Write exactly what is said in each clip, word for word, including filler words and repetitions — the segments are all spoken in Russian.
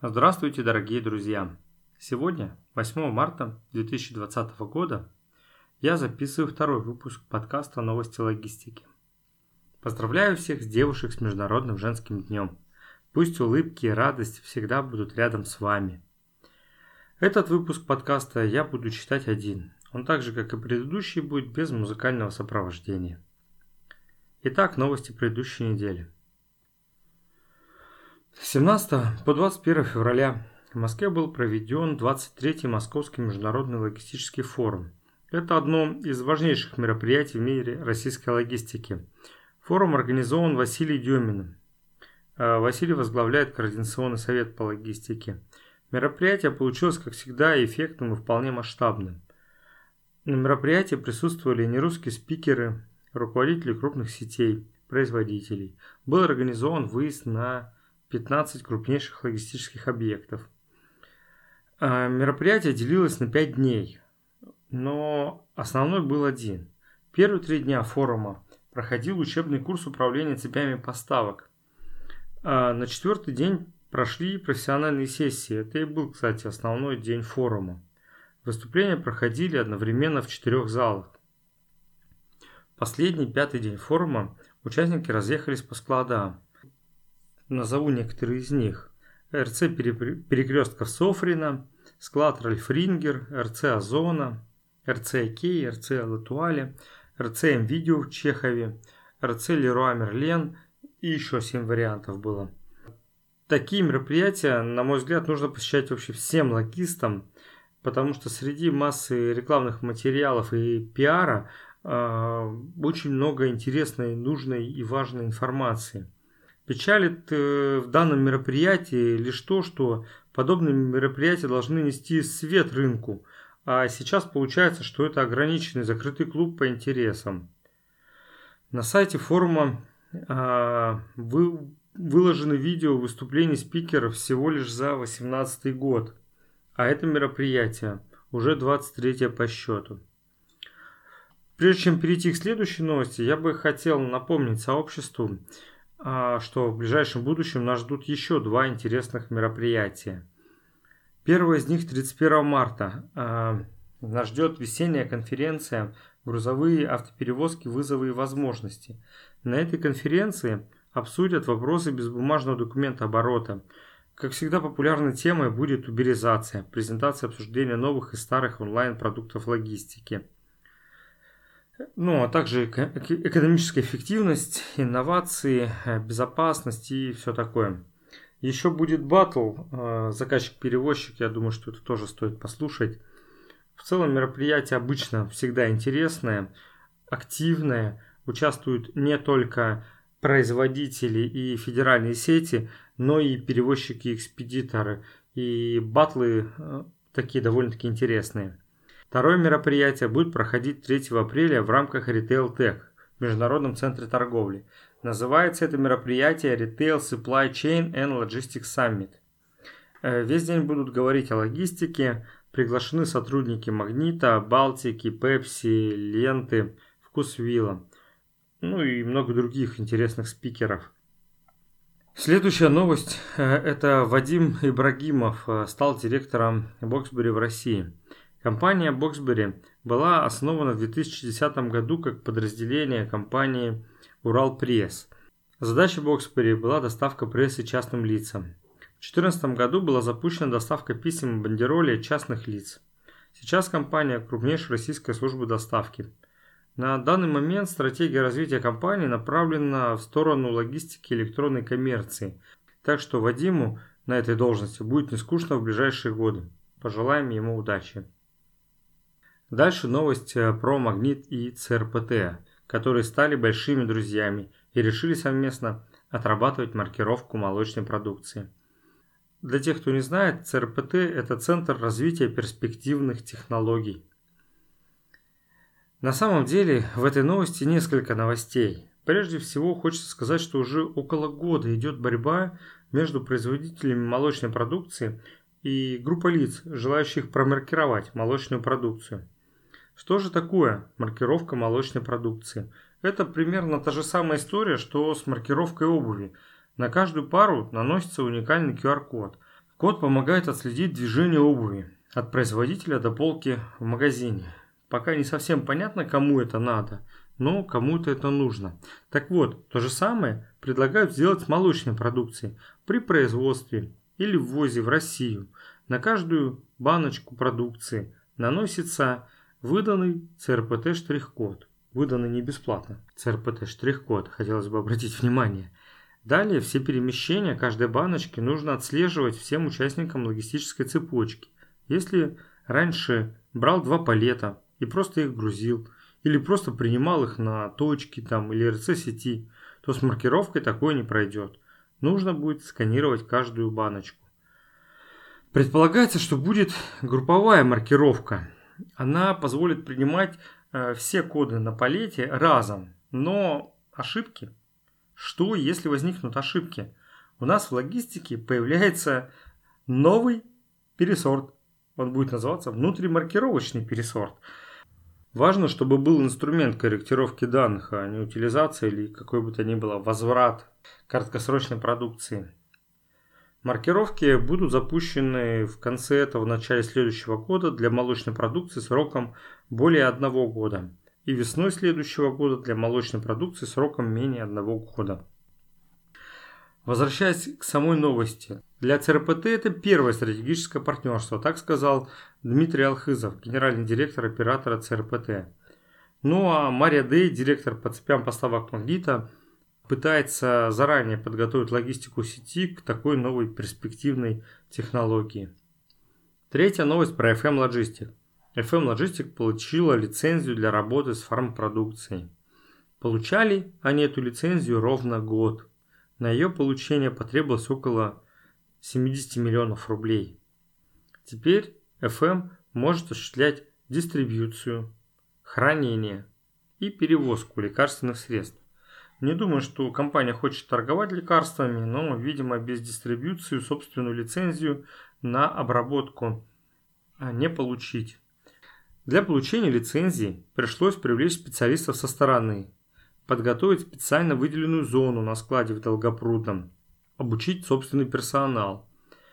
Здравствуйте, дорогие друзья! Сегодня, восьмого марта две тысячи двадцатого года, я записываю второй выпуск подкаста «Новости логистики». Поздравляю всех с девушек с Международным женским днем. Пусть улыбки и радость всегда будут рядом с вами. Этот выпуск подкаста я буду читать один. Он так же, как и предыдущий, будет без музыкального сопровождения. Итак, новости предыдущей недели. С семнадцатого по двадцать первое февраля в Москве был проведен двадцать третий Московский международный логистический форум. Это одно из важнейших мероприятий в мире российской логистики. Форум организован Василием Деминым. Василий возглавляет Координационный совет по логистике. Мероприятие получилось, как всегда, эффектным и вполне масштабным. На мероприятии присутствовали нерусские спикеры, руководители крупных сетей, производителей. Был организован выезд на пятнадцать крупнейших логистических объектов. Мероприятие делилось на пять дней, но основной был один. Первые три дня форума проходил учебный курс управления цепями поставок. А на четвертый день прошли профессиональные сессии. Это и был, кстати, основной день форума. Выступления проходили одновременно в четырех залах. Последний, пятый день форума участники разъехались по складам. Назову некоторые из них. РЦ Перекрестков Софрина, склад Ральф Рингер, РЦ Озона, РЦ Окей, РЦ Латуале, РЦ М-Видео в Чехове, РЦ Леруа Мерлен и еще семь вариантов было. Такие мероприятия, на мой взгляд, нужно посещать вообще всем логистам, потому что среди массы рекламных материалов и пиара э, очень много интересной, нужной и важной информации. Печалит э, в данном мероприятии лишь то, что подобные мероприятия должны нести свет рынку, а сейчас получается, что это ограниченный закрытый клуб по интересам. На сайте форума э, вы, выложены видео выступлений спикеров всего лишь за две тысячи восемнадцатый год, а это мероприятие уже двадцать третье по счету. Прежде чем перейти к следующей новости, я бы хотел напомнить сообществу, что в ближайшем будущем нас ждут еще два интересных мероприятия. Первое из них тридцать первого марта. Нас ждет весенняя конференция «Грузовые автоперевозки. Вызовы и возможности». На этой конференции обсудят вопросы безбумажного документооборота. Как всегда, популярной темой будет уберизация, презентация обсуждения новых и старых онлайн-продуктов логистики. Ну, а также экономическая эффективность, инновации, безопасность и все такое. Еще будет батл, заказчик-перевозчик, я думаю, что это тоже стоит послушать. В целом мероприятие обычно всегда интересное, активное, участвуют не только производители и федеральные сети, но и перевозчики и экспедиторы, и батлы такие довольно-таки интересные. Второе мероприятие будет проходить третьего апреля в рамках Retail Tech в Международном центре торговли. Называется это мероприятие Retail Supply Chain and Logistics Summit. Весь день будут говорить о логистике, приглашены сотрудники Магнита, Балтики, Пепси, Ленты, Вкусвилла, ну и много других интересных спикеров. Следующая новость – это Вадим Ибрагимов стал директором Боксбери в России. Компания Боксбери была основана в две тысячи десятом году как подразделение компании Уралпресс. Задача Боксбери была доставка прессы частным лицам. В две тысячи четырнадцатом году была запущена доставка писем и бандеролей частных лиц. Сейчас компания крупнейшая российская служба доставки. На данный момент стратегия развития компании направлена в сторону логистики и электронной коммерции. Так что Вадиму на этой должности будет не скучно в ближайшие годы. Пожелаем ему удачи. Дальше новость про Магнит и ЦРПТ, которые стали большими друзьями и решили совместно отрабатывать маркировку молочной продукции. Для тех, кто не знает, ЦРПТ – это Центр развития перспективных технологий. На самом деле в этой новости несколько новостей. Прежде всего хочется сказать, что уже около года идет борьба между производителями молочной продукции и группой лиц, желающих промаркировать молочную продукцию. Что же такое маркировка молочной продукции? Это примерно та же самая история, что с маркировкой обуви. На каждую пару наносится уникальный ку ар код. Код помогает отследить движение обуви от производителя до полки в магазине. Пока не совсем понятно, кому это надо, но кому-то это нужно. Так вот, то же самое предлагают сделать с молочной продукцией при производстве или ввозе в Россию. На каждую баночку продукции наносится выданный цэ эр пэ тэ штрих-код. Выданный не бесплатно. цэ эр пэ тэ штрих-код, хотелось бы обратить внимание. Далее все перемещения каждой баночки нужно отслеживать всем участникам логистической цепочки. Если раньше брал два палета и просто их грузил, или просто принимал их на точки там, или эр цэ-сети, то с маркировкой такое не пройдет. Нужно будет сканировать каждую баночку. Предполагается, что будет групповая маркировка. Она позволит принимать э, все коды на палете разом, но ошибки. Что, если возникнут ошибки? У нас в логистике появляется новый пересорт. Он будет называться внутримаркировочный пересорт. Важно, чтобы был инструмент корректировки данных, а не утилизация или какой бы то ни было возврат краткосрочной продукции. Маркировки будут запущены в конце этого, в начале следующего года для молочной продукции сроком более одного года. И весной следующего года для молочной продукции сроком менее одного года. Возвращаясь к самой новости. Для цэ эр пэ тэ это первое стратегическое партнерство, так сказал Дмитрий Алхызов, генеральный директор оператора цэ эр пэ тэ. Ну а Мария Дэй, директор по цепям поставок Магнита, пытается заранее подготовить логистику сети к такой новой перспективной технологии. Третья новость про эф эм Logistic. эф эм Logistic получила лицензию для работы с фармпродукцией. Получали они эту лицензию ровно год. На ее получение потребовалось около семьдесят миллионов рублей. Теперь эф эм может осуществлять дистрибьюцию, хранение и перевозку лекарственных средств. Не думаю, что компания хочет торговать лекарствами, но, видимо, без дистрибьюции собственную лицензию на обработку не получить. Для получения лицензии пришлось привлечь специалистов со стороны, подготовить специально выделенную зону на складе в Долгопрудном, обучить собственный персонал.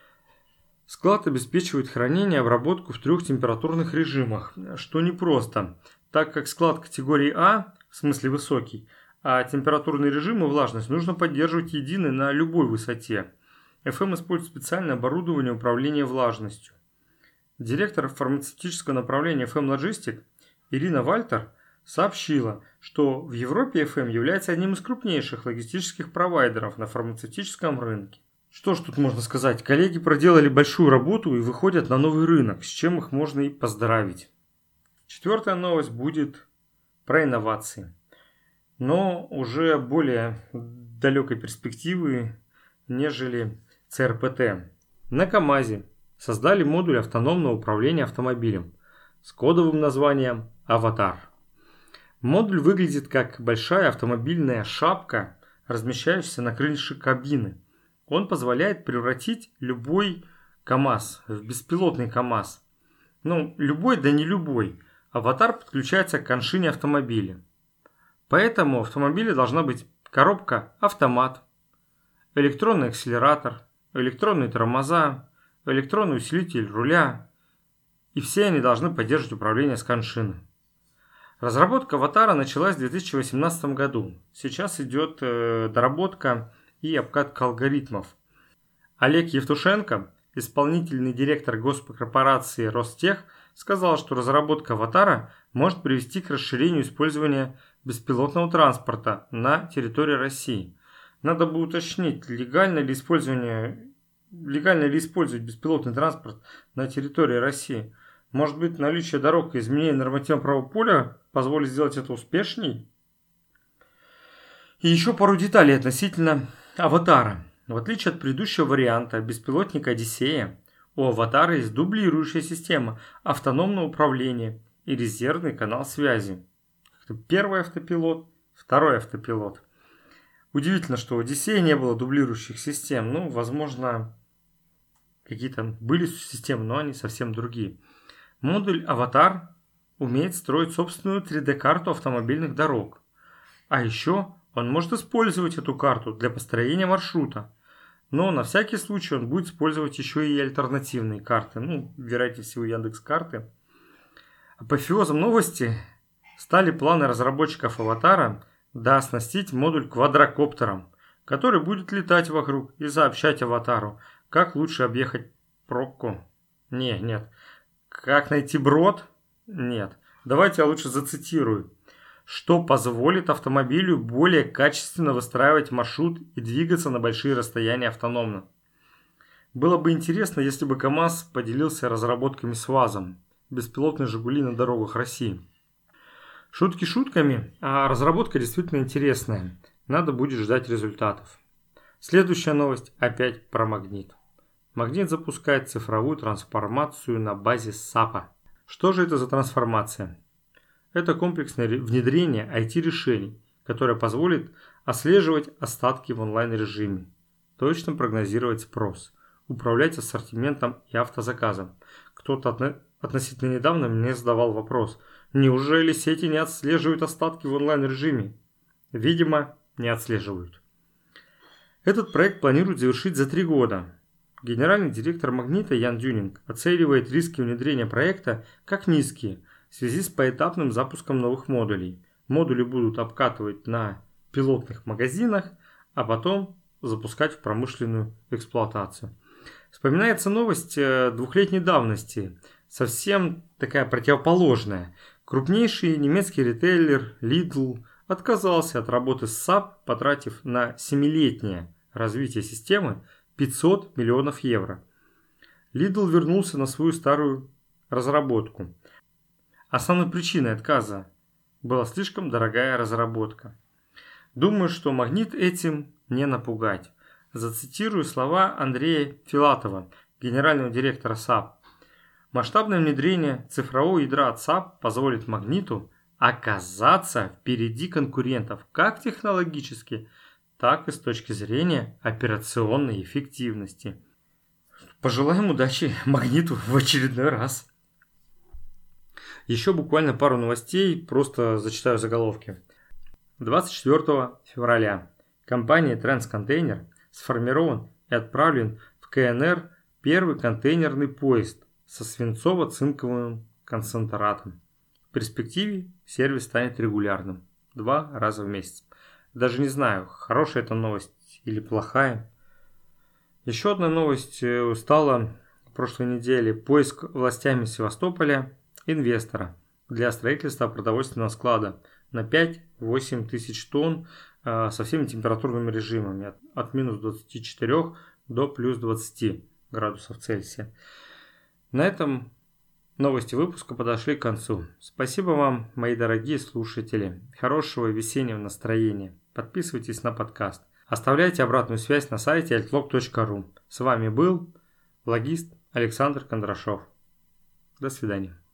Склад обеспечивает хранение и обработку в трех температурных режимах, что непросто, так как склад категории А, в смысле высокий, а температурный режим и влажность нужно поддерживать единой на любой высоте. эф эм использует специальное оборудование управления влажностью. Директор фармацевтического направления эф эм Logistic Ирина Вальтер сообщила, что в Европе эф эм является одним из крупнейших логистических провайдеров на фармацевтическом рынке. Что ж тут можно сказать? Коллеги проделали большую работу и выходят на новый рынок, с чем их можно и поздравить. Четвертая новость будет про инновации, но уже более далекой перспективы, нежели цэ эр пэ тэ. На КАМАЗе создали модуль автономного управления автомобилем с кодовым названием «Аватар». Модуль выглядит как большая автомобильная шапка, размещающаяся на крыше кабины. Он позволяет превратить любой КАМАЗ в беспилотный КАМАЗ. Ну, любой, да не любой. Аватар подключается к коншине автомобиля. Поэтому в автомобиле должна быть коробка автомат, электронный акселератор, электронные тормоза, электронный усилитель руля. И все они должны поддерживать управление с коншины. Разработка аватара началась в две тысячи восемнадцатом году. Сейчас идет э, доработка и обкатка алгоритмов. Олег Евтушенко, исполнительный директор госкорпорации Ростех, сказал, что разработка аватара может привести к расширению использования беспилотного транспорта на территории России. Надо бы уточнить, легально ли, использование, легально ли использовать беспилотный транспорт на территории России. Может быть, наличие дорог и изменение нормативно-правового поля позволит сделать это успешней? И еще пару деталей относительно аватара. В отличие от предыдущего варианта беспилотника Одиссея, у аватара есть дублирующая система автономного управления и резервный канал связи. Первый автопилот, второй автопилот. Удивительно, что у Одиссея не было дублирующих систем. Ну, возможно, какие-то были системы, но они совсем другие. Модуль «Аватар» умеет строить собственную три дэ-карту автомобильных дорог. А еще он может использовать эту карту для построения маршрута. Но на всякий случай он будет использовать еще и альтернативные карты. Ну, вероятнее всего, Яндекс.Карты. Апофеозом новости стали планы разработчиков «Аватара» дооснастить модуль квадрокоптером, который будет летать вокруг и сообщать «Аватару», как лучше объехать пробку. Не, нет. Как найти брод? Нет. Давайте я лучше зацитирую. Что позволит автомобилю более качественно выстраивать маршрут и двигаться на большие расстояния автономно. Было бы интересно, если бы КАМАЗ поделился разработками с ВАЗом. Беспилотные «Жигули» на дорогах России. Шутки шутками, а разработка действительно интересная. Надо будет ждать результатов. Следующая новость опять про Магнит. Магнит запускает цифровую трансформацию на базе сапа. Что же это за трансформация? Это комплексное внедрение ай ти-решений, которое позволит отслеживать остатки в онлайн-режиме, точно прогнозировать спрос, управлять ассортиментом и автозаказом. Кто-то относительно недавно мне задавал вопрос, неужели сети не отслеживают остатки в онлайн-режиме? Видимо, не отслеживают. Этот проект планируют завершить за три года. Генеральный директор Магнита Ян Дюнинг оценивает риски внедрения проекта как низкие в связи с поэтапным запуском новых модулей. Модули будут обкатывать на пилотных магазинах, а потом запускать в промышленную эксплуатацию. Вспоминается новость двухлетней давности, совсем такая противоположная. Крупнейший немецкий ритейлер Lidl отказался от работы с сап, потратив на семилетнее развитие системы пятьсот миллионов евро. Lidl вернулся на свою старую разработку. Основной причиной отказа была слишком дорогая разработка. Думаю, что Магнит этим не напугать. Зацитирую слова Андрея Филатова, генерального директора сап. Масштабное внедрение цифрового ядра от сап позволит Магниту оказаться впереди конкурентов как технологически, так и с точки зрения операционной эффективности. Пожелаем удачи Магниту в очередной раз. Еще буквально пару новостей, просто зачитаю заголовки. двадцать четвёртого февраля компания Трансконтейнер сформирован и отправлен в ка эн эр первый контейнерный поезд со свинцово-цинковым концентратом. В перспективе сервис станет регулярным, два раза в месяц. Даже не знаю, хорошая это новость или плохая. Еще одна новость стала в прошлой неделе. Поиск властями Севастополя инвестора для строительства продовольственного склада на пять-восемь тысяч тонн со всеми температурными режимами от минус двадцати четырёх до плюс двадцати градусов Цельсия. На этом новости выпуска подошли к концу. Спасибо вам, мои дорогие слушатели. Хорошего весеннего настроения. Подписывайтесь на подкаст. Оставляйте обратную связь на сайте альтлог точка ру. С вами был логист Александр Кондрашов. До свидания.